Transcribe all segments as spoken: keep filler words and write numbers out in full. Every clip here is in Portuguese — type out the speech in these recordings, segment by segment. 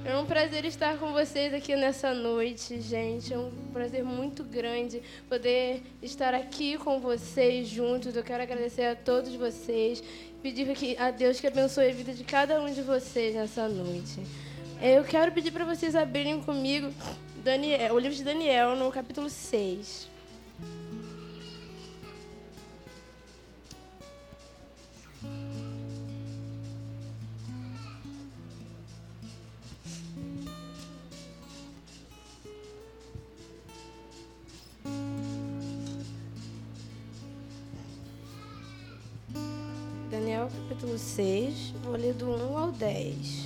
É um prazer estar com vocês aqui nessa noite, gente. É um prazer muito grande poder estar aqui com vocês juntos. Eu quero agradecer a todos vocês, pedir que, a Deus que abençoe a vida de cada um de vocês nessa noite. Eu quero pedir para vocês abrirem comigo Daniel, o livro de Daniel, no capítulo seis. Daniel, capítulo seis, vou ler do um ao dez.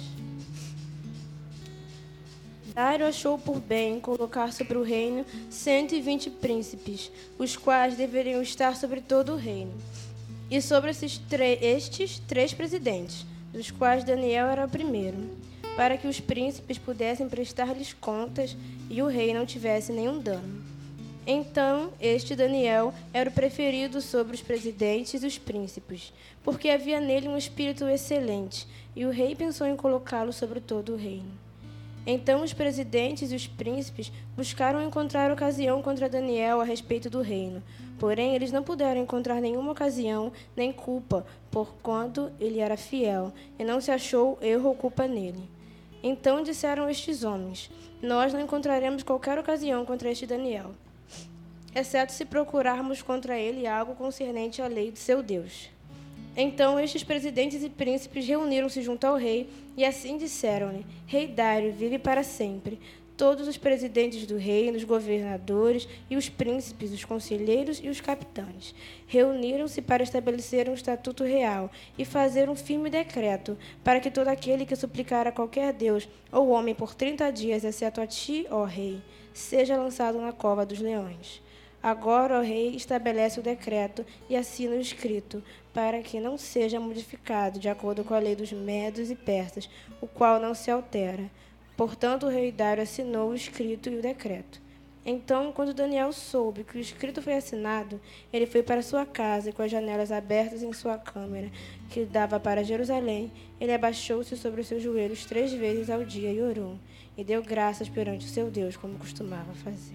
Dário achou por bem colocar sobre o reino cento e vinte príncipes, os quais deveriam estar sobre todo o reino. E sobre esses estes três presidentes, dos quais Daniel era o primeiro, para que os príncipes pudessem prestar-lhes contas e o rei não tivesse nenhum dano. Então, este Daniel era o preferido sobre os presidentes e os príncipes, porque havia nele um espírito excelente, e o rei pensou em colocá-lo sobre todo o reino. Então, os presidentes e os príncipes buscaram encontrar ocasião contra Daniel a respeito do reino. Porém, eles não puderam encontrar nenhuma ocasião, nem culpa, porquanto ele era fiel, e não se achou erro ou culpa nele. Então disseram estes homens: nós não encontraremos qualquer ocasião contra este Daniel, exceto se procurarmos contra ele algo concernente à lei de seu Deus. Então estes presidentes e príncipes reuniram-se junto ao rei e assim disseram-lhe: Rei Dário, vive para sempre. Todos os presidentes do reino, os governadores e os príncipes, os conselheiros e os capitães reuniram-se para estabelecer um estatuto real e fazer um firme decreto para que todo aquele que suplicar a qualquer deus ou homem por trinta dias, exceto a ti, ó rei, seja lançado na cova dos leões. Agora, ó rei, estabelece o decreto e assina o escrito, para que não seja modificado de acordo com a lei dos medos e persas, o qual não se altera. Portanto, o rei Dário assinou o escrito e o decreto. Então, quando Daniel soube que o escrito foi assinado, ele foi para sua casa e, com as janelas abertas em sua câmara, que dava para Jerusalém, ele abaixou-se sobre os seus joelhos três vezes ao dia e orou, e deu graças perante o seu Deus, como costumava fazer.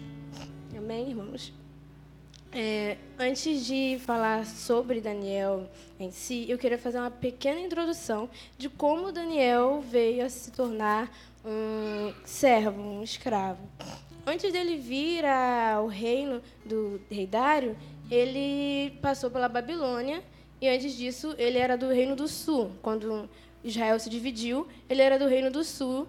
Amém, irmãos? É, antes de falar sobre Daniel em si, eu queria fazer uma pequena introdução de como Daniel veio a se tornar um servo, um escravo. Antes dele vir ao reino do rei Dário, ele passou pela Babilônia, e antes disso ele era do reino do sul. Quando Israel se dividiu, ele era do reino do sul.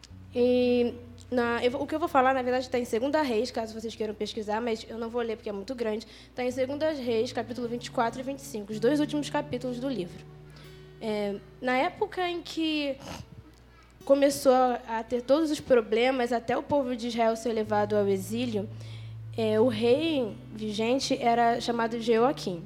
E Na, eu, o que eu vou falar, na verdade, está em Segunda Reis, caso vocês queiram pesquisar, mas eu não vou ler porque é muito grande. Está em Segunda Reis, capítulo vinte e quatro e vinte e cinco, os dois últimos capítulos do livro. É, na época em que começou a ter todos os problemas, até o povo de Israel ser levado ao exílio, é, o rei vigente era chamado Jeoaquim.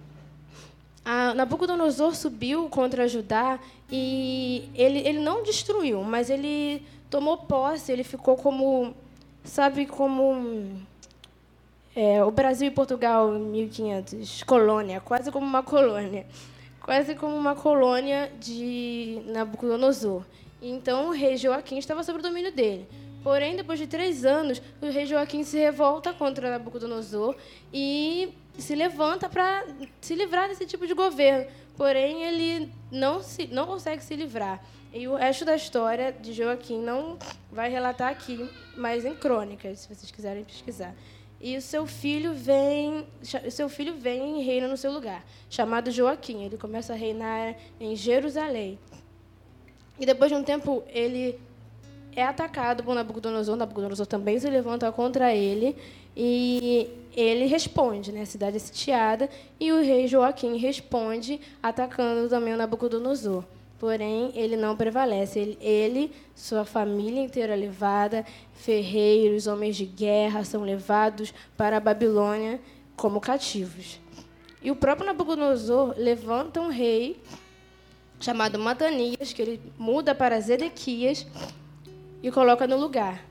A Nabucodonosor subiu contra Judá e ele, ele não destruiu, mas ele tomou posse, ele ficou como, sabe, como é, o Brasil e Portugal em mil e quinhentos, colônia, quase como uma colônia, quase como uma colônia de Nabucodonosor. Então, o rei Joaquim estava sob o domínio dele. Porém, depois de três anos, o rei Joaquim se revolta contra Nabucodonosor e se levanta para se livrar desse tipo de governo. Porém, ele não, se, não consegue se livrar. E o resto da história de Joaquim não vai relatar aqui, mas em crônicas, se vocês quiserem pesquisar. E o seu filho vem, o seu filho vem e reina no seu lugar, chamado Joaquim. Ele começa a reinar em Jerusalém. E depois de um tempo, ele é atacado por Nabucodonosor. Nabucodonosor também se levanta contra ele e ele responde, né? A cidade é sitiada e o rei Joaquim responde atacando também o Nabucodonosor. Porém, ele não prevalece. Ele, ele, sua família inteira é levada, ferreiros, homens de guerra são levados para a Babilônia como cativos. E o próprio Nabucodonosor levanta um rei chamado Matanias, que ele muda para Zedequias e coloca no lugar.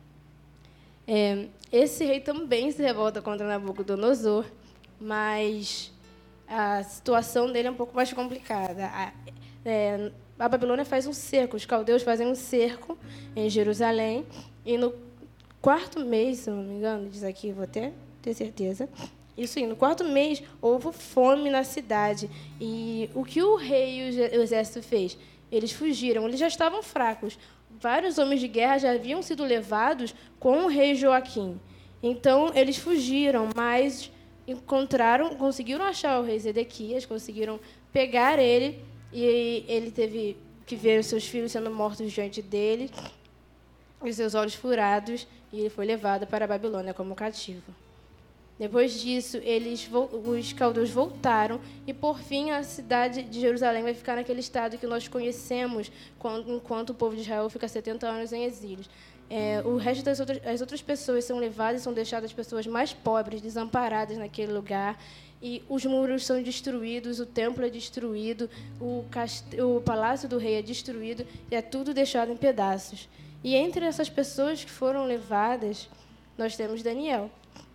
É, esse rei também se revolta contra Nabucodonosor, mas a situação dele é um pouco mais complicada. A, É, a Babilônia faz um cerco, os caldeus fazem um cerco em Jerusalém, e no quarto mês, se não me engano, diz aqui, vou até ter certeza, isso aí, no quarto mês, houve fome na cidade. E o que o rei e o exército fez? Eles fugiram, eles já estavam fracos. Vários homens de guerra já haviam sido levados com o rei Joaquim. Então, eles fugiram, mas encontraram, conseguiram achar o rei Zedequias, conseguiram pegar ele, e ele teve que ver os seus filhos sendo mortos diante dele, e seus olhos furados, e ele foi levado para a Babilônia como cativo. Depois disso, eles, os caldeus voltaram, e, por fim, a cidade de Jerusalém vai ficar naquele estado que nós conhecemos quando, enquanto o povo de Israel fica setenta anos em exílio. É, o resto das outras, as outras pessoas são levadas e são deixadas as pessoas mais pobres, desamparadas naquele lugar, e os muros são destruídos, o templo é destruído, o, cast... o palácio do rei é destruído, e é tudo deixado em pedaços. E entre essas pessoas que foram levadas, nós temos Daniel.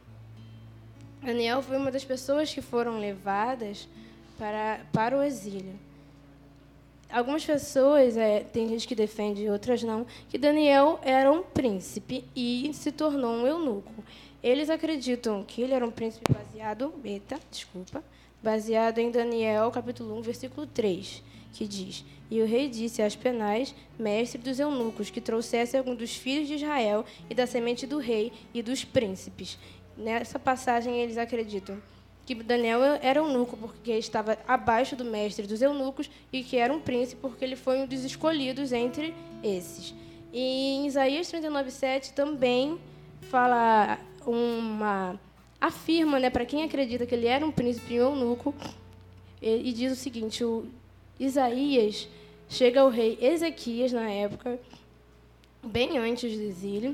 Daniel foi uma das pessoas que foram levadas para, para o exílio. Algumas pessoas, é, tem gente que defende e outras não, que Daniel era um príncipe e se tornou um eunuco. Eles acreditam que ele era um príncipe baseado, eita, desculpa, baseado em Daniel, capítulo um, versículo três, que diz: E o rei disse a Aspenaz, mestre dos eunucos, que trouxesse algum dos filhos de Israel e da semente do rei e dos príncipes. Nessa passagem, eles acreditam que Daniel era eunuco porque estava abaixo do mestre dos eunucos e que era um príncipe porque ele foi um dos escolhidos entre esses. E em Isaías trinta e nove, sete também fala uma afirma, né, para quem acredita que ele era um príncipe eunuco, e, e diz o seguinte: o Isaías chega ao rei Ezequias na época, bem antes do exílio,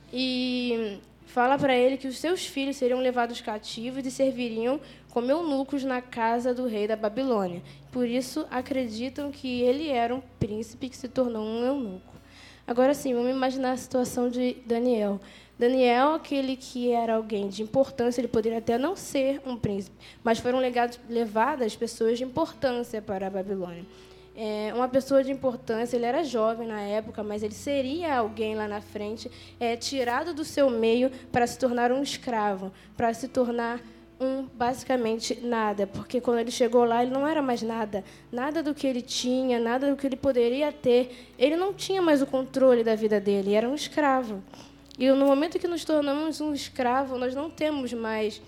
e fala para ele que os seus filhos seriam levados cativos e serviriam como eunucos na casa do rei da Babilônia. Por isso, acreditam que ele era um príncipe que se tornou um eunuco. Agora sim, vamos imaginar a situação de Daniel. Daniel, aquele que era alguém de importância, ele poderia até não ser um príncipe, mas foram legados, levadas pessoas de importância para a Babilônia. É, uma pessoa de importância, ele era jovem na época, mas ele seria alguém lá na frente, é, tirado do seu meio para se tornar um escravo, para se tornar um, basicamente, nada. Porque quando ele chegou lá, ele não era mais nada. Nada do que ele tinha, nada do que ele poderia ter. Ele não tinha mais o controle da vida dele, era um escravo. E no momento que nos tornamos um escravo, nós não temos mais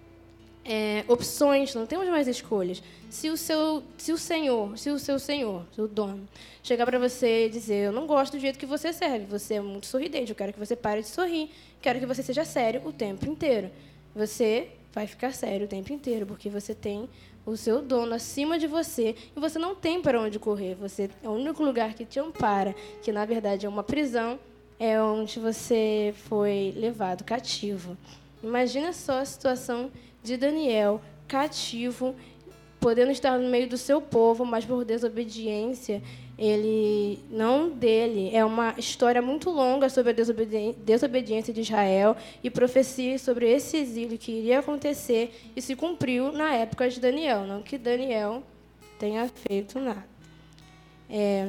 É, opções, não temos mais escolhas. Se o seu, se o senhor, se o seu senhor, o dono, chegar para você e dizer: eu não gosto do jeito que você serve, você é muito sorridente, eu quero que você pare de sorrir, quero que você seja sério o tempo inteiro. Você vai ficar sério o tempo inteiro, porque você tem o seu dono acima de você e você não tem para onde correr. Você é o único lugar que te ampara, que na verdade é uma prisão, é onde você foi levado cativo. Imagina só a situação de Daniel, cativo, podendo estar no meio do seu povo, mas por desobediência, ele não dele. É uma história muito longa sobre a desobedi- desobediência de Israel e profecia sobre esse exílio que iria acontecer e se cumpriu na época de Daniel. Não que Daniel tenha feito nada. É,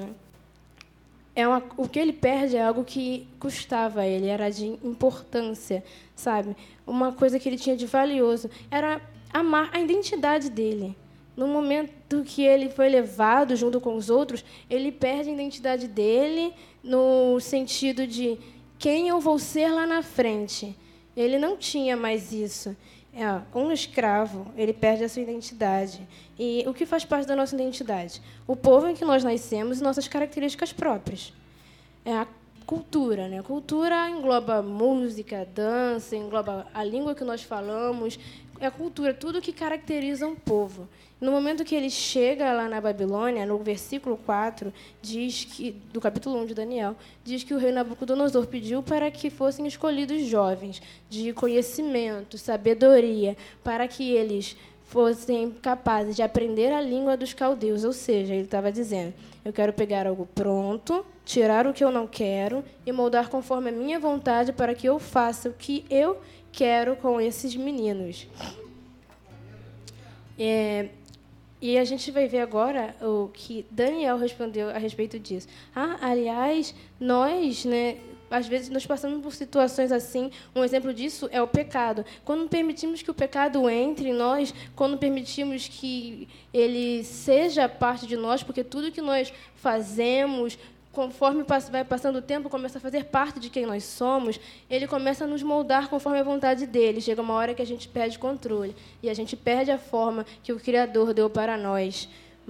é uma, o que ele perde é algo que custava a ele, era de importância, sabe? Uma coisa que ele tinha de valioso, era amar a identidade dele. No momento que ele foi levado junto com os outros, ele perde a identidade dele no sentido de quem eu vou ser lá na frente. Ele não tinha mais isso. É, um escravo, ele perde a sua identidade. E o que faz parte da nossa identidade? O povo em que nós nascemos e nossas características próprias. É a cultura, né? Cultura engloba música, dança, engloba a língua que nós falamos. É a cultura, tudo que caracteriza um povo. No momento que ele chega lá na Babilônia, no versículo quatro, diz que, do capítulo um de Daniel, diz que o rei Nabucodonosor pediu para que fossem escolhidos jovens de conhecimento, sabedoria, para que eles fossem capazes de aprender a língua dos caldeus. Ou seja, ele estava dizendo: eu quero pegar algo pronto, tirar o que eu não quero e moldar conforme a minha vontade para que eu faça o que eu quero com esses meninos. É, E a gente vai ver agora o que Daniel respondeu a respeito disso. Ah, aliás, nós, né, às vezes nós passamos por situações assim. Um exemplo disso é o pecado. Quando permitimos que o pecado entre em nós, quando permitimos que ele seja parte de nós, porque tudo que nós fazemos, conforme vai passando o tempo, começa a fazer parte de quem nós somos, ele começa a nos moldar conforme a vontade dele. Chega uma hora que a gente perde controle e a gente perde a forma que o Criador deu para nós.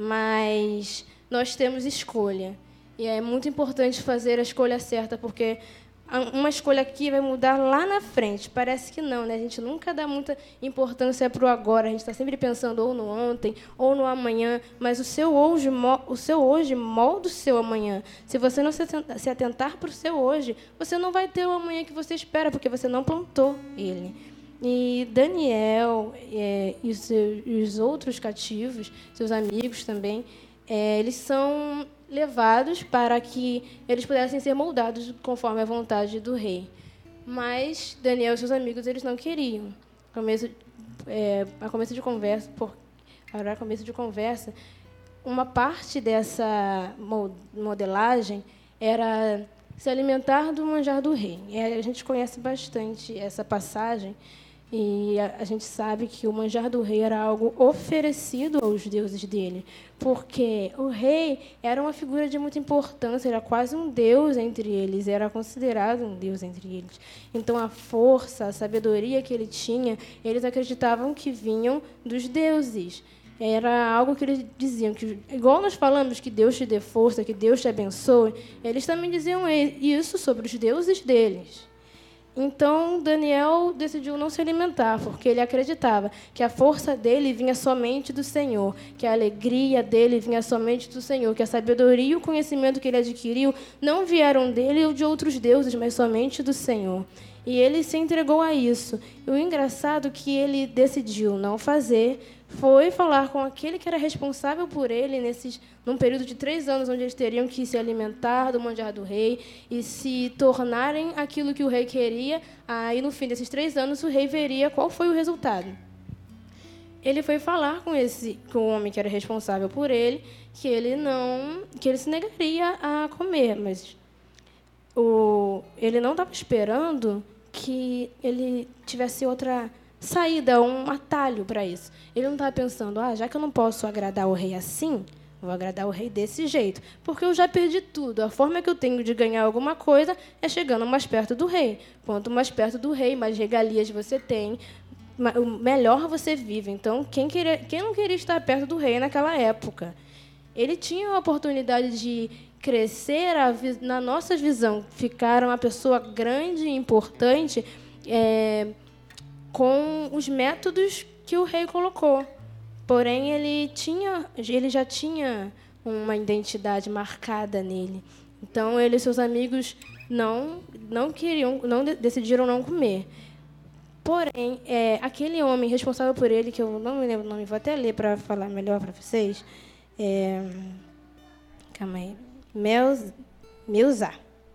Mas nós temos escolha. E é muito importante fazer a escolha certa, porque uma escolha aqui vai mudar lá na frente. Parece que não, né? A gente nunca dá muita importância para o agora. A gente está sempre pensando ou no ontem ou no amanhã. Mas o seu hoje, o seu hoje molda o seu amanhã. Se você não se atentar para o seu hoje, você não vai ter o amanhã que você espera, porque você não plantou ele. E Daniel é, e, os seus, e os outros cativos, seus amigos também, é, eles são levados para que eles pudessem ser moldados conforme a vontade do rei. Mas Daniel e seus amigos eles não queriam. Começo, é, a começo de conversa, por, a começo de conversa, uma parte dessa modelagem era se alimentar do manjar do rei. E a gente conhece bastante essa passagem. E a, a gente sabe que o manjar do rei era algo oferecido aos deuses dele, porque o rei era uma figura de muita importância, era quase um deus entre eles, era considerado um deus entre eles. Então, a força, a sabedoria que ele tinha, eles acreditavam que vinham dos deuses. Era algo que eles diziam, que, igual nós falamos que Deus te dê força, que Deus te abençoe, eles também diziam isso sobre os deuses deles. Então, Daniel decidiu não se alimentar, porque ele acreditava que a força dele vinha somente do Senhor, que a alegria dele vinha somente do Senhor, que a sabedoria e o conhecimento que ele adquiriu não vieram dele ou de outros deuses, mas somente do Senhor. E ele se entregou a isso. E o engraçado que ele decidiu não fazer foi falar com aquele que era responsável por ele nesses, num período de três anos, onde eles teriam que se alimentar do manjar do rei e se tornarem aquilo que o rei queria. Aí, no fim desses três anos, o rei veria qual foi o resultado. Ele foi falar com esse, com o homem que era responsável por ele, que ele não, que ele se negaria a comer, mas o, ele não estava esperando que ele tivesse outra saída, um atalho para isso. Ele não estava pensando, ah, já que eu não posso agradar o rei assim, vou agradar o rei desse jeito, porque eu já perdi tudo. A forma que eu tenho de ganhar alguma coisa é chegando mais perto do rei. Quanto mais perto do rei, mais regalias você tem, melhor você vive. Então, quem, queria, quem não queria estar perto do rei naquela época? Ele tinha a oportunidade de crescer a, na nossa visão, ficar uma pessoa grande e importante, é, com os métodos que o rei colocou. Porém, ele, tinha, ele já tinha uma identidade marcada nele. Então, ele e seus amigos não, não queriam, não decidiram não comer. Porém, é, aquele homem responsável por ele, que eu não me lembro o nome, vou até ler para falar melhor para vocês. É, calma aí. Meus, Meusá.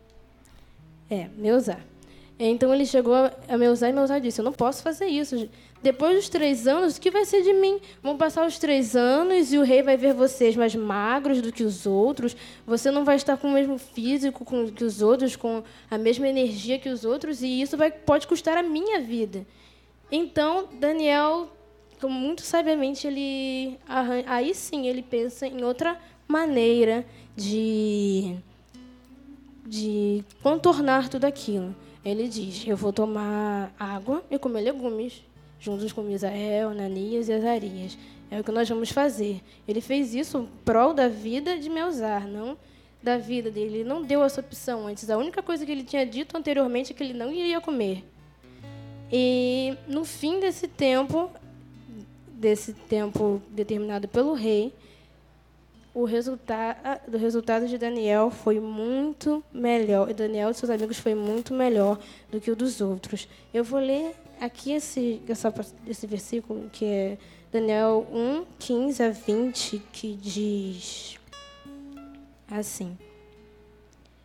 É, Meusá. Então, ele chegou a Meusá e Meusá disse, eu não posso fazer isso. Depois dos três anos, o que vai ser de mim? Vão passar os três anos e o rei vai ver vocês mais magros do que os outros. Você não vai estar com o mesmo físico que os outros, com a mesma energia que os outros, e isso vai, pode custar a minha vida. Então, Daniel, muito sabiamente, ele aí sim ele pensa em outra maneira de, de contornar tudo aquilo. Ele diz, eu vou tomar água e comer legumes, juntos com Misael, Ananias e Azarias. É o que nós vamos fazer. Ele fez isso em prol da vida de Melzar, não da vida dele. Ele não deu essa opção antes. A única coisa que ele tinha dito anteriormente é que ele não iria comer. E, no fim desse tempo, desse tempo determinado pelo rei, o resultado, do resultado de Daniel foi muito melhor. E Daniel e seus amigos foi muito melhor do que o dos outros. Eu vou ler aqui esse, essa, esse versículo, que é Daniel um, quinze a vinte, que diz assim.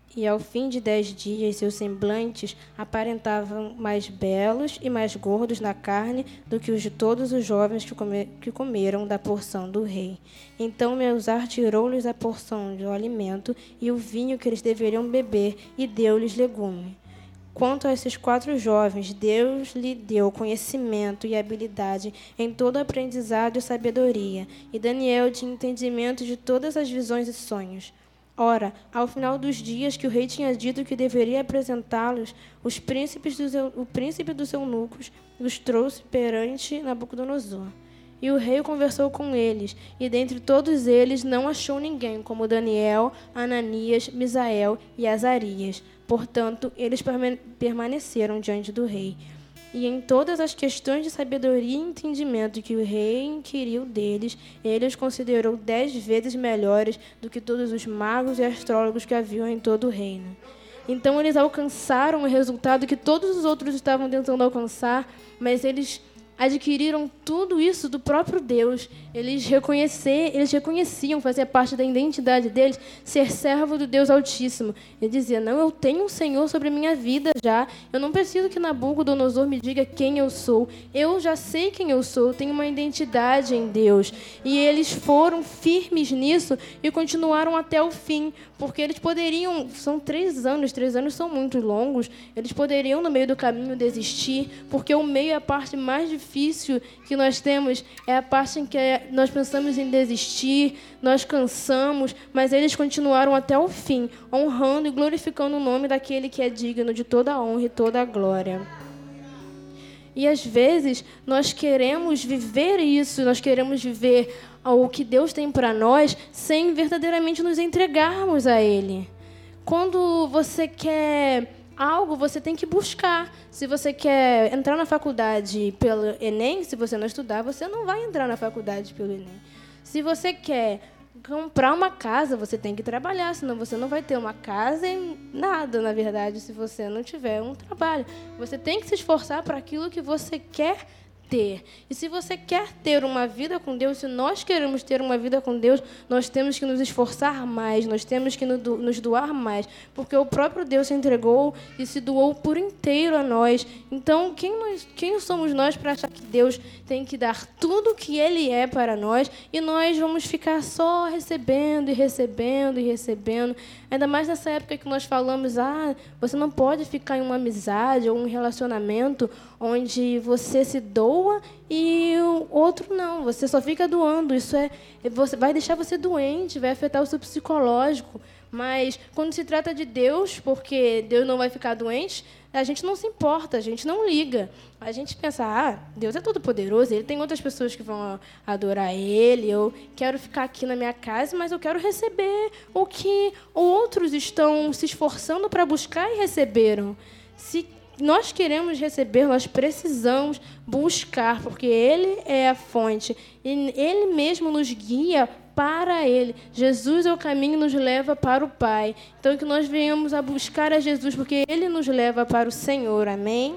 E ao fim de dez dias, seus semblantes aparentavam mais belos e mais gordos na carne do que os de todos os jovens que, come, que comeram da porção do rei. Então Melzar tirou-lhes a porção do alimento e o vinho que eles deveriam beber, e deu-lhes legume. Quanto a esses quatro jovens, Deus lhe deu conhecimento e habilidade em todo aprendizado e sabedoria, e Daniel tinha entendimento de todas as visões e sonhos. Ora, ao final dos dias que o rei tinha dito que deveria apresentá-los, os príncipes dos, o príncipe dos eunucos os trouxe perante Nabucodonosor. E o rei conversou com eles, e dentre todos eles não achou ninguém como Daniel, Ananias, Misael e Azarias. Portanto, eles permaneceram diante do rei. E em todas as questões de sabedoria e entendimento que o rei inquiriu deles, ele os considerou dez vezes melhores do que todos os magos e astrólogos que haviam em todo o reino. Então eles alcançaram o resultado que todos os outros estavam tentando alcançar, mas eles adquiriram tudo isso do próprio Deus. Eles, reconhecer, eles reconheciam, fazia parte da identidade deles, ser servo do Deus Altíssimo. Ele dizia, não, eu tenho um Senhor sobre a minha vida já. Eu não preciso que Nabucodonosor me diga quem eu sou. Eu já sei quem eu sou, eu tenho uma identidade em Deus. E eles foram firmes nisso e continuaram até o fim, porque eles poderiam, são três anos, três anos são muito longos, eles poderiam no meio do caminho desistir, porque o meio é a parte mais difícil difícil que nós temos, é a parte em que nós pensamos em desistir, nós cansamos, mas eles continuaram até o fim, honrando e glorificando o nome daquele que é digno de toda a honra e toda a glória. E às vezes nós queremos viver isso, nós queremos viver o que Deus tem para nós sem verdadeiramente nos entregarmos a Ele. Quando você quer algo, você tem que buscar. Se você quer entrar na faculdade pelo Enem, se você não estudar, você não vai entrar na faculdade pelo Enem. Se você quer comprar uma casa, você tem que trabalhar, senão você não vai ter uma casa e nada, na verdade, se você não tiver um trabalho. Você tem que se esforçar para aquilo que você quer ter. E se você quer ter uma vida com Deus, se nós queremos ter uma vida com Deus, nós temos que nos esforçar mais, nós temos que nos doar mais, porque o próprio Deus se entregou e se doou por inteiro a nós. Então, quem, nós, quem somos nós para achar que Deus tem que dar tudo o que Ele é para nós e nós vamos ficar só recebendo e recebendo e recebendo? Ainda mais nessa época que nós falamos, ah, você não pode ficar em uma amizade ou um relacionamento onde você se doa e o outro não, você só fica doando. Isso é, você vai deixar você doente, vai afetar o seu psicológico. Mas quando se trata de Deus, porque Deus não vai ficar doente, a gente não se importa, a gente não liga. A gente pensa, ah, Deus é todo-poderoso, Ele tem outras pessoas que vão adorar Ele, eu quero ficar aqui na minha casa, mas eu quero receber o que outros estão se esforçando para buscar e receberam. Se nós queremos receber, nós precisamos buscar, porque Ele é a fonte. E Ele mesmo nos guia para Ele. Jesus é o caminho que nos leva para o Pai. Então, que nós venhamos a buscar a Jesus, porque Ele nos leva para o Senhor. Amém?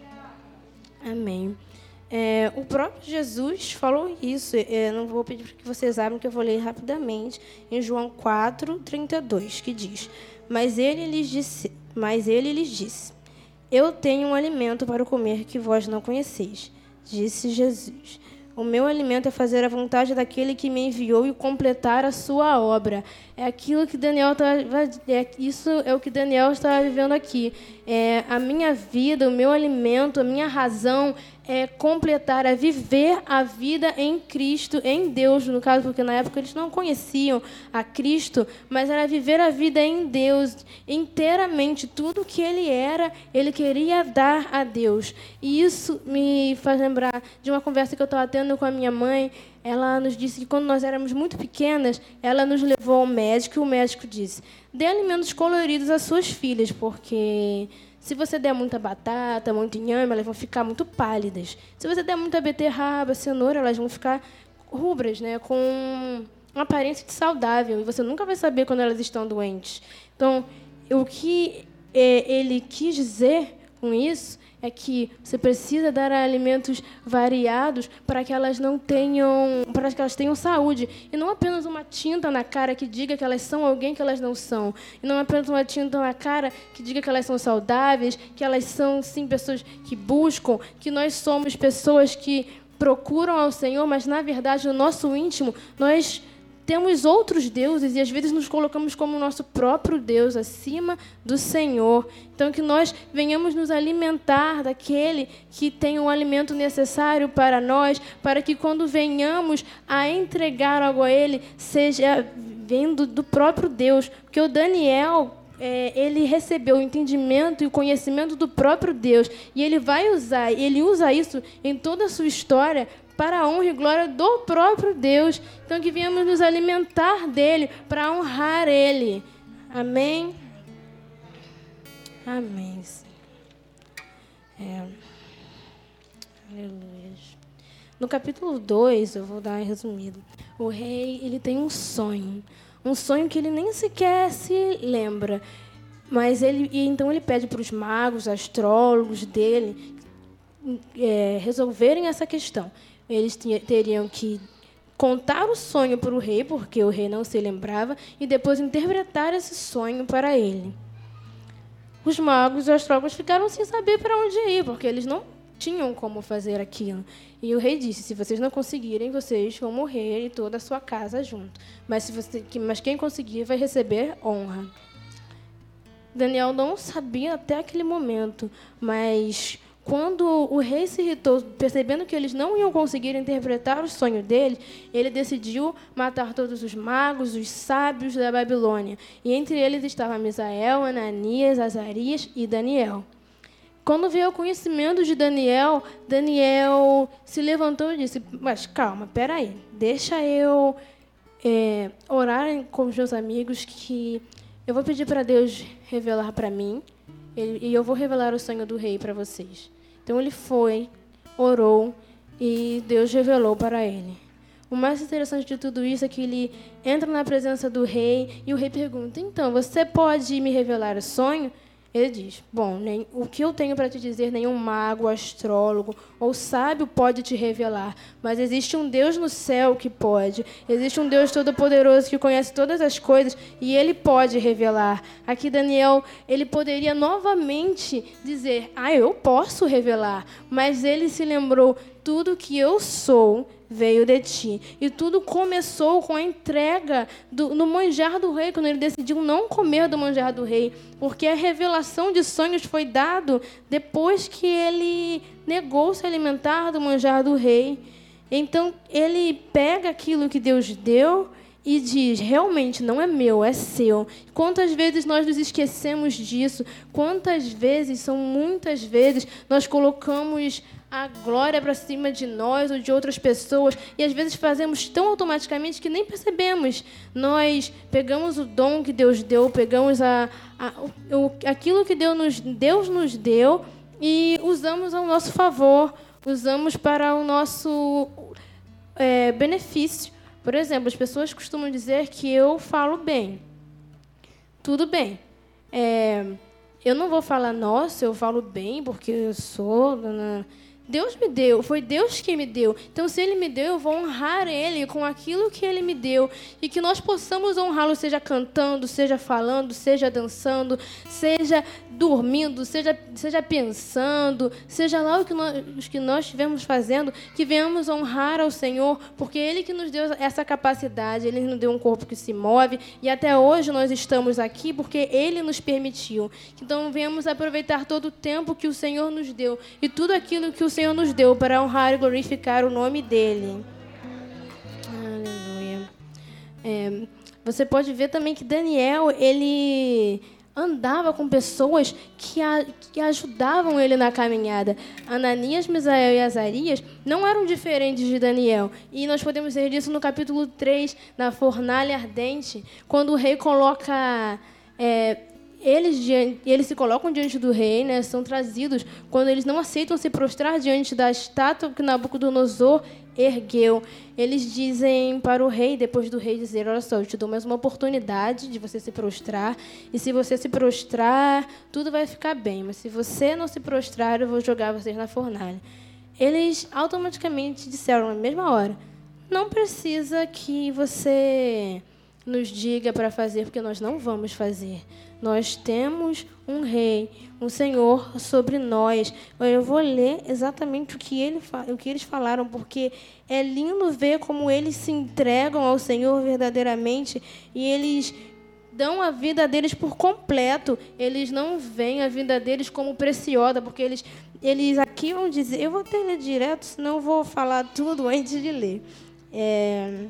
Amém. É, o próprio Jesus falou isso. Eu não vou pedir para que vocês abram, que eu vou ler rapidamente. Em João quatro, trinta e dois, que diz, Mas ele lhes disse, mas ele lhes disse, eu tenho um alimento para comer que vós não conheceis. Disse Jesus, o meu alimento é fazer a vontade daquele que me enviou e completar a sua obra. É aquilo que Daniel está, é, isso é o que Daniel está vivendo aqui. É, a minha vida, o meu alimento, a minha razão é completar, é viver a vida em Cristo, em Deus, no caso, porque na época eles não conheciam a Cristo, mas era viver a vida em Deus, inteiramente. Tudo que Ele era, Ele queria dar a Deus. E isso me faz lembrar de uma conversa que eu estava tendo com a minha mãe. Ela nos disse que quando nós éramos muito pequenas, ela nos levou ao médico e o médico disse, dê alimentos coloridos às suas filhas, porque se você der muita batata, muito inhame, elas vão ficar muito pálidas. Se você der muita beterraba, cenoura, elas vão ficar rubras, né, com uma aparência de saudável. E você nunca vai saber quando elas estão doentes. Então, o que ele quis dizer com isso é que você precisa dar alimentos variados para que elas não tenham, para que elas tenham saúde. E não apenas uma tinta na cara que diga que elas são alguém que elas não são. E não apenas uma tinta na cara que diga que elas são saudáveis, que elas são, sim, pessoas que buscam, que nós somos pessoas que procuram ao Senhor, mas, na verdade, no nosso íntimo, nós temos outros deuses e, às vezes, nos colocamos como o nosso próprio Deus, acima do Senhor. Então, que nós venhamos nos alimentar daquele que tem o alimento necessário para nós, para que, quando venhamos a entregar algo a Ele, seja vindo do próprio Deus. Porque o Daniel, é, ele recebeu o entendimento e o conhecimento do próprio Deus, e ele vai usar, ele usa isso em toda a sua história, para a honra e glória do próprio Deus. Então, que venhamos nos alimentar dele, para honrar ele. Amém? Amém, Senhor. É. Aleluia. No capítulo dois, eu vou dar um resumido. O rei, ele tem um sonho. Um sonho que ele nem sequer se lembra. Mas ele, e então ele pede para os magos, astrólogos dele, é, resolverem essa questão. Eles teriam que contar o sonho para o rei, porque o rei não se lembrava, e depois interpretar esse sonho para ele. Os magos e os astrólogos ficaram sem saber para onde ir, porque eles não tinham como fazer aquilo. E o rei disse: se vocês não conseguirem, vocês vão morrer e toda a sua casa junto. Mas, se você, mas quem conseguir vai receber honra. Daniel não sabia até aquele momento, mas quando o rei se irritou, percebendo que eles não iam conseguir interpretar o sonho dele, ele decidiu matar todos os magos, os sábios da Babilônia. E entre eles estavam Misael, Ananias, Azarias e Daniel. Quando veio o conhecimento de Daniel, Daniel se levantou e disse: mas calma, peraí, deixa eu é, orar com os meus amigos, que eu vou pedir para Deus revelar para mim, e eu vou revelar o sonho do rei para vocês. Então ele foi, orou, e Deus revelou para ele. O mais interessante de tudo isso é que ele entra na presença do rei, e o rei pergunta: então, você pode me revelar o sonho? Ele diz: bom, nem, o que eu tenho para te dizer, nenhum mago, astrólogo ou sábio pode te revelar, mas existe um Deus no céu que pode. Existe um Deus todo-poderoso que conhece todas as coisas, e ele pode revelar. Aqui Daniel, ele poderia novamente dizer: ah, eu posso revelar, mas ele se lembrou: tudo que eu sou veio de ti. E tudo começou com a entrega do, no manjar do rei, quando ele decidiu não comer do manjar do rei, porque a revelação de sonhos foi dado depois que ele negou se alimentar do manjar do rei. Então, ele pega aquilo que Deus deu e diz: realmente não é meu, é seu. Quantas vezes nós nos esquecemos disso? Quantas vezes, são muitas vezes, nós colocamos a glória para cima de nós ou de outras pessoas, e às vezes fazemos tão automaticamente que nem percebemos. Nós pegamos o dom que Deus deu, pegamos a, a, o, aquilo que Deus nos, Deus nos deu e usamos ao nosso favor, usamos para o nosso é, benefício. Por exemplo, as pessoas costumam dizer que eu falo bem. Tudo bem. É, eu não vou falar: nossa, eu falo bem porque eu sou... Deus me deu, foi Deus que me deu. Então, se Ele me deu, eu vou honrar Ele com aquilo que Ele me deu. E que nós possamos honrá-lo, seja cantando, seja falando, seja dançando, seja dormindo, seja, seja pensando, seja lá o que nós, o que nós estivermos fazendo, que venhamos honrar ao Senhor, porque Ele que nos deu essa capacidade, Ele nos deu um corpo que se move, e até hoje nós estamos aqui porque Ele nos permitiu. Então, venhamos aproveitar todo o tempo que o Senhor nos deu, e tudo aquilo que o Senhor nos deu para honrar e glorificar o nome dele. Aleluia. É, você pode ver também que Daniel, ele andava com pessoas que, a, que ajudavam ele na caminhada. Ananias, Misael e Azarias não eram diferentes de Daniel. E nós podemos ver disso no capítulo três, na fornalha ardente, quando o rei coloca... É, eles eles, eles se colocam diante do rei, né, são trazidos quando eles não aceitam se prostrar diante da estátua que Nabucodonosor ergueu. Eles dizem para o rei, depois do rei dizer, olha só, eu te dou mais uma oportunidade de você se prostrar, e se você se prostrar, tudo vai ficar bem, mas se você não se prostrar, eu vou jogar vocês na fornalha. Eles automaticamente disseram na mesma hora, não precisa que você nos diga para fazer, porque nós não vamos fazer. Nós temos um rei, um Senhor sobre nós. Eu vou ler exatamente o que, ele, o que eles falaram, porque é lindo ver como eles se entregam ao Senhor verdadeiramente e eles dão a vida deles por completo. Eles não veem a vida deles como preciosa, porque eles, eles aqui vão dizer... Eu vou até ler direto, senão eu vou falar tudo antes de ler. É...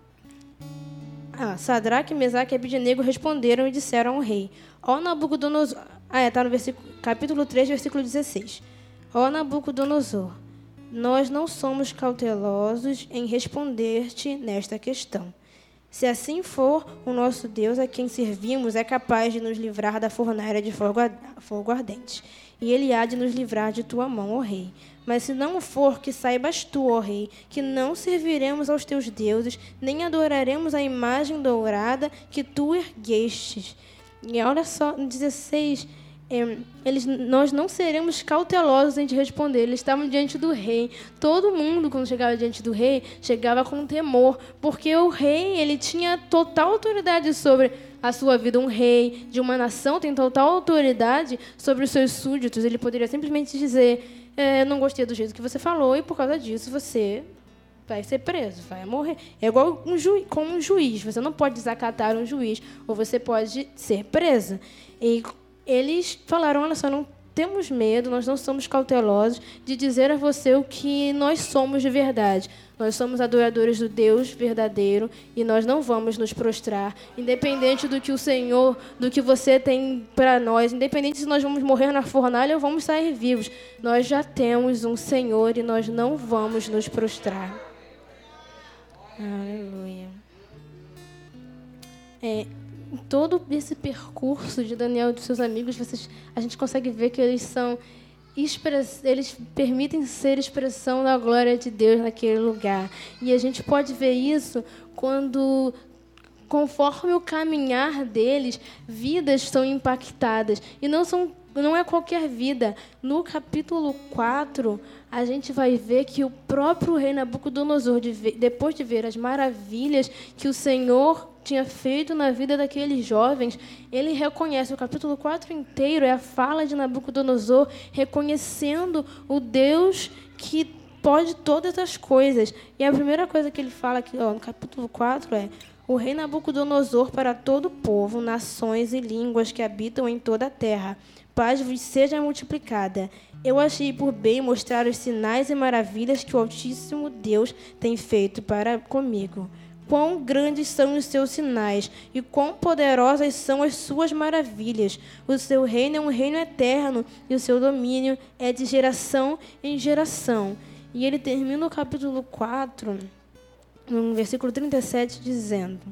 Ah, Sadraque, Mesaque e Abednego responderam e disseram ao rei, ó Nabucodonosor... Ah, está é, no versículo, capítulo três, versículo dezesseis. Ó Nabucodonosor, nós não somos cautelosos em responder-te nesta questão. Se assim for, o nosso Deus a quem servimos é capaz de nos livrar da fornalha de fogo ardente, e ele há de nos livrar de tua mão, ó rei. Mas se não for, que saibas tu, ó rei, que não serviremos aos teus deuses, nem adoraremos a imagem dourada que tu erguestes. E olha só, no dezesseis, é, eles, nós não seremos cautelosos em te responder. Eles estavam diante do rei. Todo mundo, quando chegava diante do rei, chegava com temor, porque o rei ele tinha total autoridade sobre a sua vida. Um rei de uma nação tem total autoridade sobre os seus súditos. Ele poderia simplesmente dizer... É, não gostei do jeito que você falou e por causa disso você vai ser preso, vai morrer. É igual um juiz, como um juiz. Você não pode desacatar um juiz ou você pode ser preso. E eles falaram, olha só, não temos medo, nós não somos cautelosos de dizer a você o que nós somos de verdade. Nós somos adoradores do Deus verdadeiro e nós não vamos nos prostrar, independente do que o Senhor, do que você tem para nós, independente se nós vamos morrer na fornalha ou vamos sair vivos. Nós já temos um Senhor e nós não vamos nos prostrar. Aleluia. É, em todo esse percurso de Daniel e dos seus amigos, vocês, a gente consegue ver que eles são... eles permitem ser expressão da glória de Deus naquele lugar. E a gente pode ver isso quando, conforme o caminhar deles, vidas são impactadas. E não, são, não é qualquer vida. No capítulo quatro, a gente vai ver que o próprio rei Nabucodonosor, de ver, depois de ver as maravilhas que o Senhor tinha feito na vida daqueles jovens, ele reconhece, o capítulo quatro inteiro é a fala de Nabucodonosor reconhecendo o Deus que pode todas as coisas. E a primeira coisa que ele fala aqui, ó, no capítulo quatro é: o rei Nabucodonosor para todo o povo, nações e línguas que habitam em toda a terra, paz vos seja multiplicada. Eu achei por bem mostrar os sinais e maravilhas que o Altíssimo Deus tem feito para comigo. Quão grandes são os seus sinais e quão poderosas são as suas maravilhas. O seu reino é um reino eterno e o seu domínio é de geração em geração. E ele termina o capítulo quatro, no versículo trinta e sete, dizendo: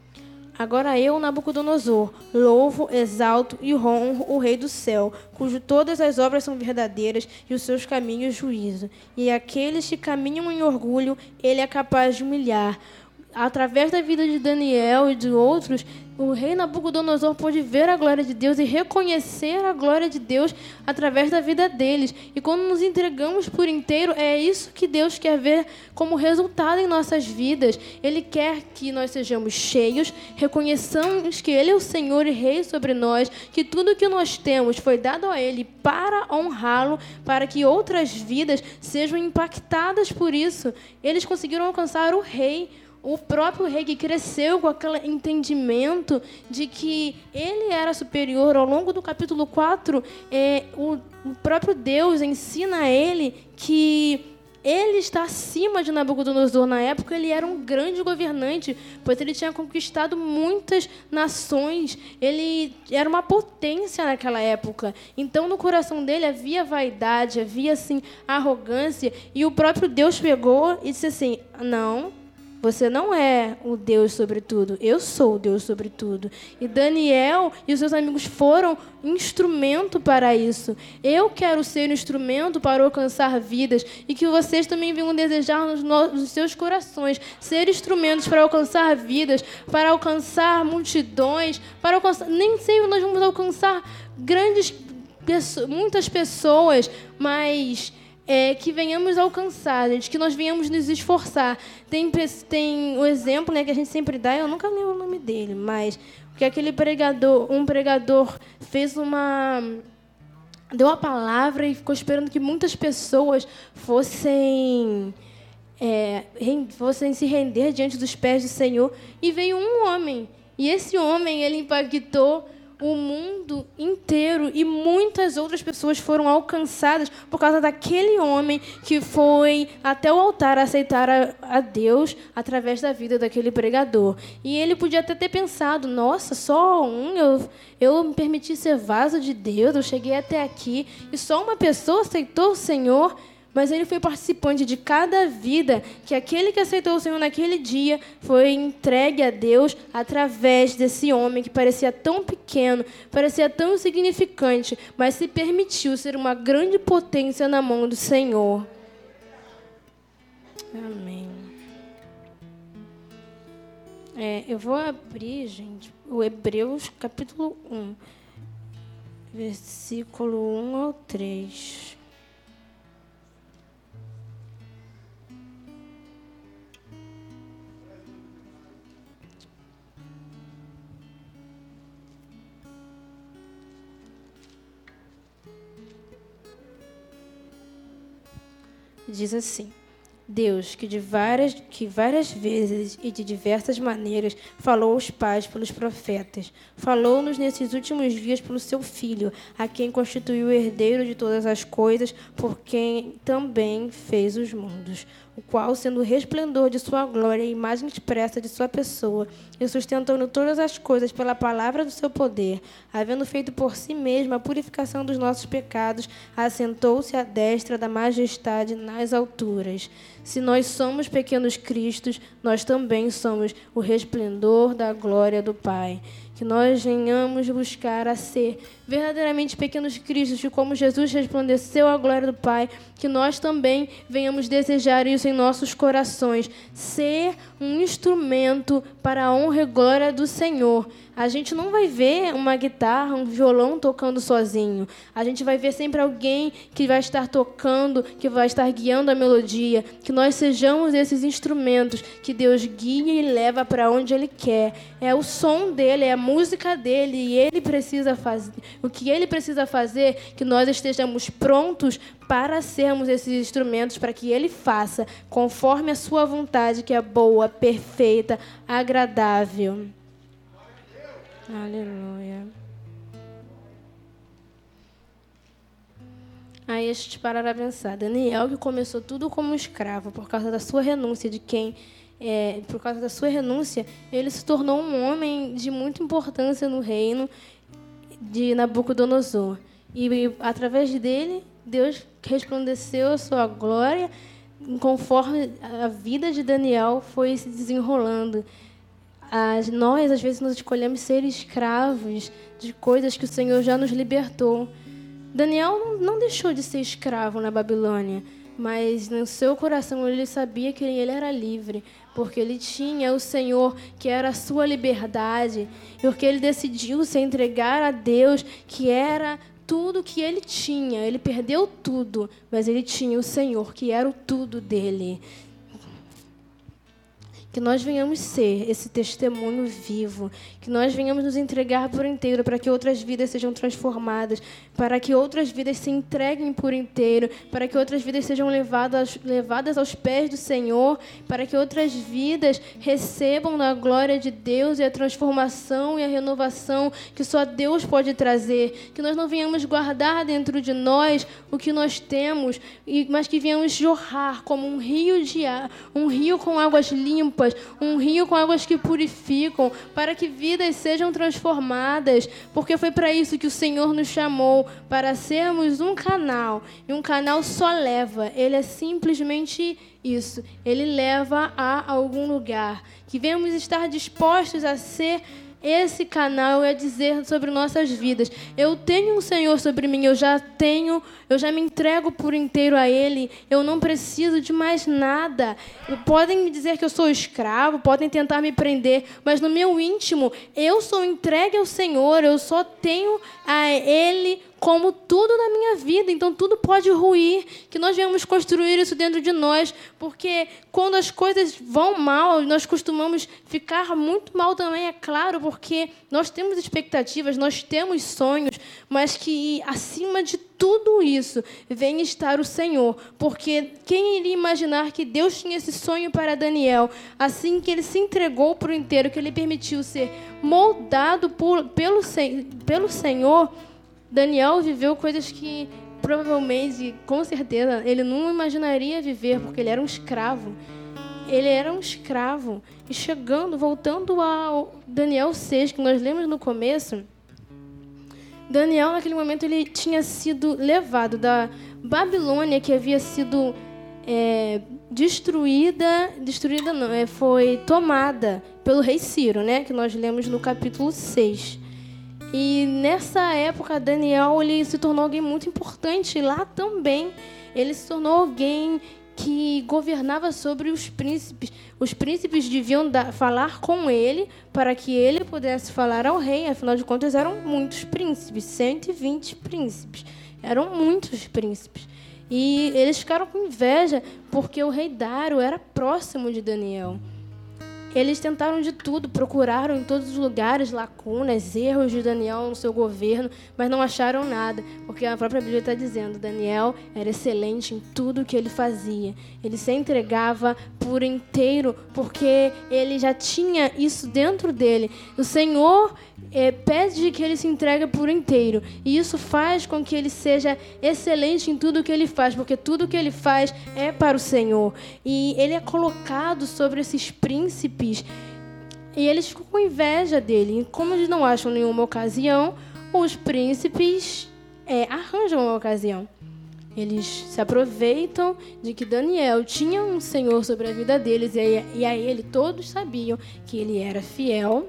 agora eu, Nabucodonosor, louvo, exalto e honro o Rei do céu, cujo todas as obras são verdadeiras e os seus caminhos juízo. E aqueles que caminham em orgulho, ele é capaz de humilhar. Através da vida de Daniel e de outros, o rei Nabucodonosor pôde ver a glória de Deus e reconhecer a glória de Deus através da vida deles. E quando nos entregamos por inteiro, é isso que Deus quer ver como resultado em nossas vidas. Ele quer que nós sejamos cheios, reconheçamos que Ele é o Senhor e Rei sobre nós, que tudo que nós temos foi dado a Ele para honrá-lo, para que outras vidas sejam impactadas por isso. Eles conseguiram alcançar o Rei, o próprio rei que cresceu com aquele entendimento de que ele era superior. Ao longo do capítulo quatro, é, o, o próprio Deus ensina a ele que ele está acima de Nabucodonosor. Na época, ele era um grande governante, pois ele tinha conquistado muitas nações. Ele era uma potência naquela época. Então, no coração dele havia vaidade, havia assim, arrogância. E o próprio Deus pegou e disse assim: não, Você não é o Deus sobre tudo. Eu sou o Deus sobre tudo. E Daniel e os seus amigos foram instrumento para isso. Eu quero ser um instrumento para alcançar vidas. E que vocês também venham desejar nos, nos seus corações ser instrumentos para alcançar vidas, para alcançar multidões, para alcançar... Nem sei, nós vamos alcançar grandes, muitas pessoas, mas... É, que venhamos alcançar, gente, que nós venhamos nos esforçar. Tem, tem o exemplo, né, que a gente sempre dá, eu nunca lembro o nome dele, mas que aquele pregador, um pregador fez uma... deu a palavra e ficou esperando que muitas pessoas fossem, é, fossem se render diante dos pés do Senhor. E veio um homem. E esse homem, ele impactou o mundo inteiro e muitas outras pessoas foram alcançadas por causa daquele homem que foi até o altar aceitar a, a Deus através da vida daquele pregador. E ele podia até ter pensado, nossa, só um, eu, eu me permiti ser vaso de Deus, eu cheguei até aqui e só uma pessoa aceitou o Senhor. Mas ele foi participante de cada vida que aquele que aceitou o Senhor naquele dia foi entregue a Deus através desse homem que parecia tão pequeno, parecia tão insignificante, mas se permitiu ser uma grande potência na mão do Senhor. Amém. É, eu vou abrir, gente, o Hebreus capítulo um, versículo um ao três. Diz assim: Deus, que, de várias, que várias vezes e de diversas maneiras falou aos pais pelos profetas, falou-nos nesses últimos dias pelo seu Filho, a quem constituiu o herdeiro de todas as coisas, por quem também fez os mundos, o qual, sendo o resplendor de sua glória e a imagem expressa de sua pessoa, e sustentando todas as coisas pela palavra do seu poder, havendo feito por si mesmo a purificação dos nossos pecados, assentou-se à destra da majestade nas alturas. Se nós somos pequenos cristos, nós também somos o resplendor da glória do Pai. Que nós venhamos buscar a ser verdadeiramente pequenos cristos, e como Jesus resplandeceu a glória do Pai, que nós também venhamos desejar isso em nossos corações, ser um instrumento para a honra e glória do Senhor. A gente não vai ver uma guitarra, um violão tocando sozinho. A gente vai ver sempre alguém que vai estar tocando, que vai estar guiando a melodia. Que nós sejamos esses instrumentos que Deus guia e leva para onde Ele quer. É o som dele, é a música dele, e Ele precisa fazer. O que Ele precisa fazer, que nós estejamos prontos para sermos esses instrumentos, para que Ele faça conforme a sua vontade, que é boa, perfeita, agradável. Aleluia. Aí a gente parar a pensar. Daniel, que começou tudo como escravo, por causa da sua renúncia, de quem, é, por causa da sua renúncia, ele se tornou um homem de muita importância no reino de Nabucodonosor. E, e através dele, Deus resplandeceu a sua glória, conforme a vida de Daniel foi se desenrolando. As, nós, às vezes, nós escolhemos ser escravos de coisas que o Senhor já nos libertou. Daniel não, não deixou de ser escravo na Babilônia, mas no seu coração ele sabia que ele era livre, porque ele tinha o Senhor, que era a sua liberdade, porque ele decidiu se entregar a Deus, que era tudo que ele tinha. Ele perdeu tudo, mas ele tinha o Senhor, que era o tudo dele. Que nós venhamos ser esse testemunho vivo, que nós venhamos nos entregar por inteiro para que outras vidas sejam transformadas, para que outras vidas se entreguem por inteiro, para que outras vidas sejam levadas, levadas aos pés do Senhor, para que outras vidas recebam na glória de Deus e a transformação e a renovação que só Deus pode trazer. Que nós não venhamos guardar dentro de nós o que nós temos, mas que venhamos jorrar como um rio de ar, um rio com águas limpas, limpas, um rio com águas que purificam, para que vidas sejam transformadas, porque foi para isso que o Senhor nos chamou, para sermos um canal, e um canal só leva, ele é simplesmente isso, ele leva a algum lugar, que venhamos estar dispostos a ser esse canal, é dizer sobre nossas vidas: eu tenho um Senhor sobre mim, eu já tenho, eu já me entrego por inteiro a Ele, eu não preciso de mais nada. Podem me dizer que eu sou escravo, podem tentar me prender, mas no meu íntimo, eu sou entregue ao Senhor, eu só tenho a Ele como tudo na minha vida, então tudo pode ruir, que nós venhamos construir isso dentro de nós, porque quando as coisas vão mal, nós costumamos ficar muito mal também, é claro, porque nós temos expectativas, nós temos sonhos, mas que acima de tudo isso vem estar o Senhor, porque quem iria imaginar que Deus tinha esse sonho para Daniel, assim que ele se entregou por inteiro, que ele permitiu ser moldado por, pelo, pelo Senhor. Daniel viveu coisas que provavelmente, com certeza, ele não imaginaria viver, porque ele era um escravo. Ele era um escravo. E chegando, voltando ao Daniel seis, que nós lemos no começo, Daniel, naquele momento, ele tinha sido levado da Babilônia, que havia sido é, destruída, destruída não, é, foi tomada pelo rei Ciro, né, que nós lemos no capítulo seis. E nessa época, Daniel ele se tornou alguém muito importante. Lá também, ele se tornou alguém que governava sobre os príncipes. Os príncipes deviam dar, falar com ele para que ele pudesse falar ao rei. Afinal de contas, eram muitos príncipes, cento e vinte príncipes. Eram muitos príncipes. E eles ficaram com inveja porque o rei Dário era próximo de Daniel. Eles tentaram de tudo, procuraram em todos os lugares lacunas, erros de Daniel no seu governo, mas não acharam nada, porque a própria Bíblia está dizendo: Daniel era excelente em tudo que ele fazia. Ele se entregava por inteiro, porque ele já tinha isso dentro dele. O Senhor é, pede que ele se entregue por inteiro, e isso faz com que ele seja excelente em tudo que ele faz, porque tudo que ele faz é para o Senhor. E ele é colocado sobre esses príncipes, e eles ficam com inveja dele. E como eles não acham nenhuma ocasião, os príncipes é, arranjam uma ocasião. Eles se aproveitam de que Daniel tinha um Senhor sobre a vida deles, e a, e a ele todos sabiam que ele era fiel,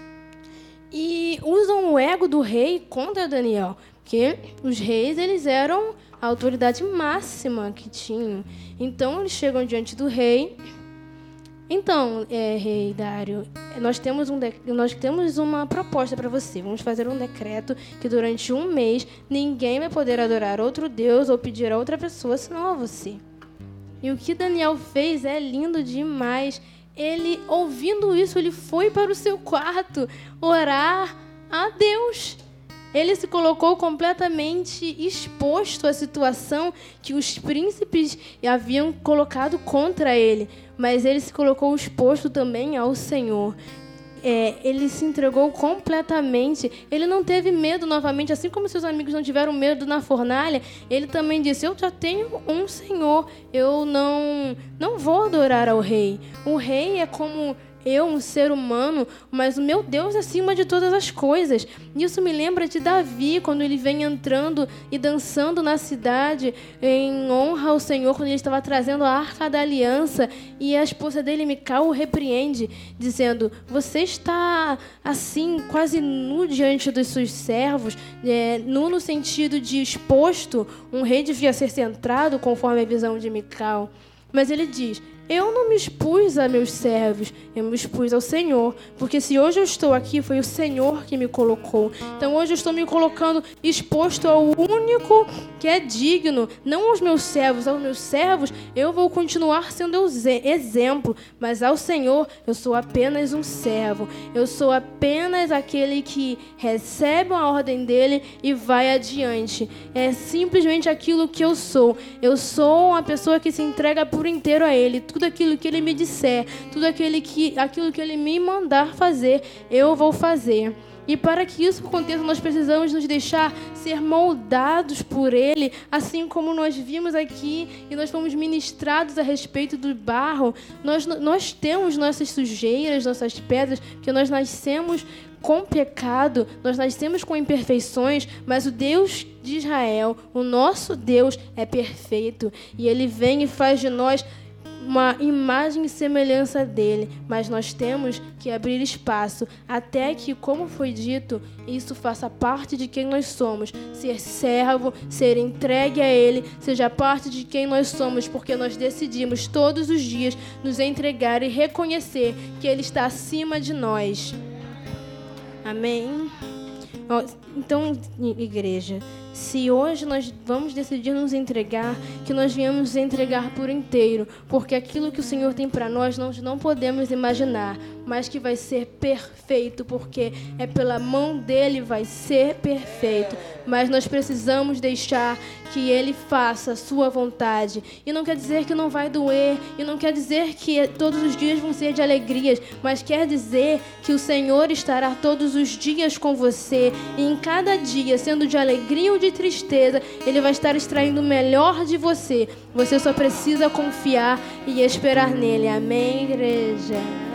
e usam o ego do rei contra Daniel, porque os reis eles eram a autoridade máxima que tinham. Então eles chegam diante do rei. Então, é, rei Dário, nós temos, um de... nós temos uma proposta para você. Vamos fazer um decreto que durante um mês ninguém vai poder adorar outro Deus ou pedir a outra pessoa senão a você. E o que Daniel fez é lindo demais. Ele, ouvindo isso, ele foi para o seu quarto orar a Deus. Ele se colocou completamente exposto à situação que os príncipes haviam colocado contra ele, mas ele se colocou exposto também ao Senhor. É, ele se entregou completamente. Ele não teve medo novamente, assim como seus amigos não tiveram medo na fornalha. Ele também disse: eu já tenho um Senhor, eu não, não vou adorar ao rei. O rei é como eu, um ser humano, mas o meu Deus é acima de todas as coisas. Isso me lembra de Davi, quando ele vem entrando e dançando na cidade em honra ao Senhor, quando ele estava trazendo a Arca da Aliança, e a esposa dele, Mical, o repreende, dizendo: você está assim, quase nu diante dos seus servos, é, nu no sentido de exposto. Um rei devia ser centrado, conforme a visão de Mical. Mas ele diz: eu não me expus a meus servos, eu me expus ao Senhor, porque se hoje eu estou aqui, foi o Senhor que me colocou. Então hoje eu estou me colocando exposto ao único que é digno, não aos meus servos. Aos meus servos eu vou continuar sendo exemplo, mas ao Senhor eu sou apenas um servo. Eu sou apenas aquele que recebe a ordem dele e vai adiante. É simplesmente aquilo que eu sou. Eu sou uma pessoa que se entrega por inteiro a ele. Tudo aquilo que ele me disser, tudo aquilo que, aquilo que ele me mandar fazer, eu vou fazer. E para que isso aconteça, nós precisamos nos deixar ser moldados por Ele, assim como nós vimos aqui e nós fomos ministrados a respeito do barro. Nós, nós temos nossas sujeiras, nossas pedras, que nós nascemos com pecado, nós nascemos com imperfeições, mas o Deus de Israel, o nosso Deus, é perfeito. E Ele vem e faz de nós uma imagem e semelhança dele, mas nós temos que abrir espaço até que, como foi dito, isso faça parte de quem nós somos. Ser servo, ser entregue a ele, seja parte de quem nós somos, porque nós decidimos todos os dias nos entregar e reconhecer que ele está acima de nós. Amém? Então, igreja, se hoje nós vamos decidir nos entregar, que nós viemos nos entregar por inteiro, porque aquilo que o Senhor tem para nós nós não podemos imaginar, mas que vai ser perfeito, porque é pela mão dele vai ser perfeito. Mas nós precisamos deixar que ele faça a sua vontade. E não quer dizer que não vai doer, e não quer dizer que todos os dias vão ser de alegrias, mas quer dizer que o Senhor estará todos os dias com você, e em cada dia, sendo de alegria ou de tristeza, ele vai estar extraindo o melhor de você. Você só precisa confiar e esperar nele. Amém, igreja?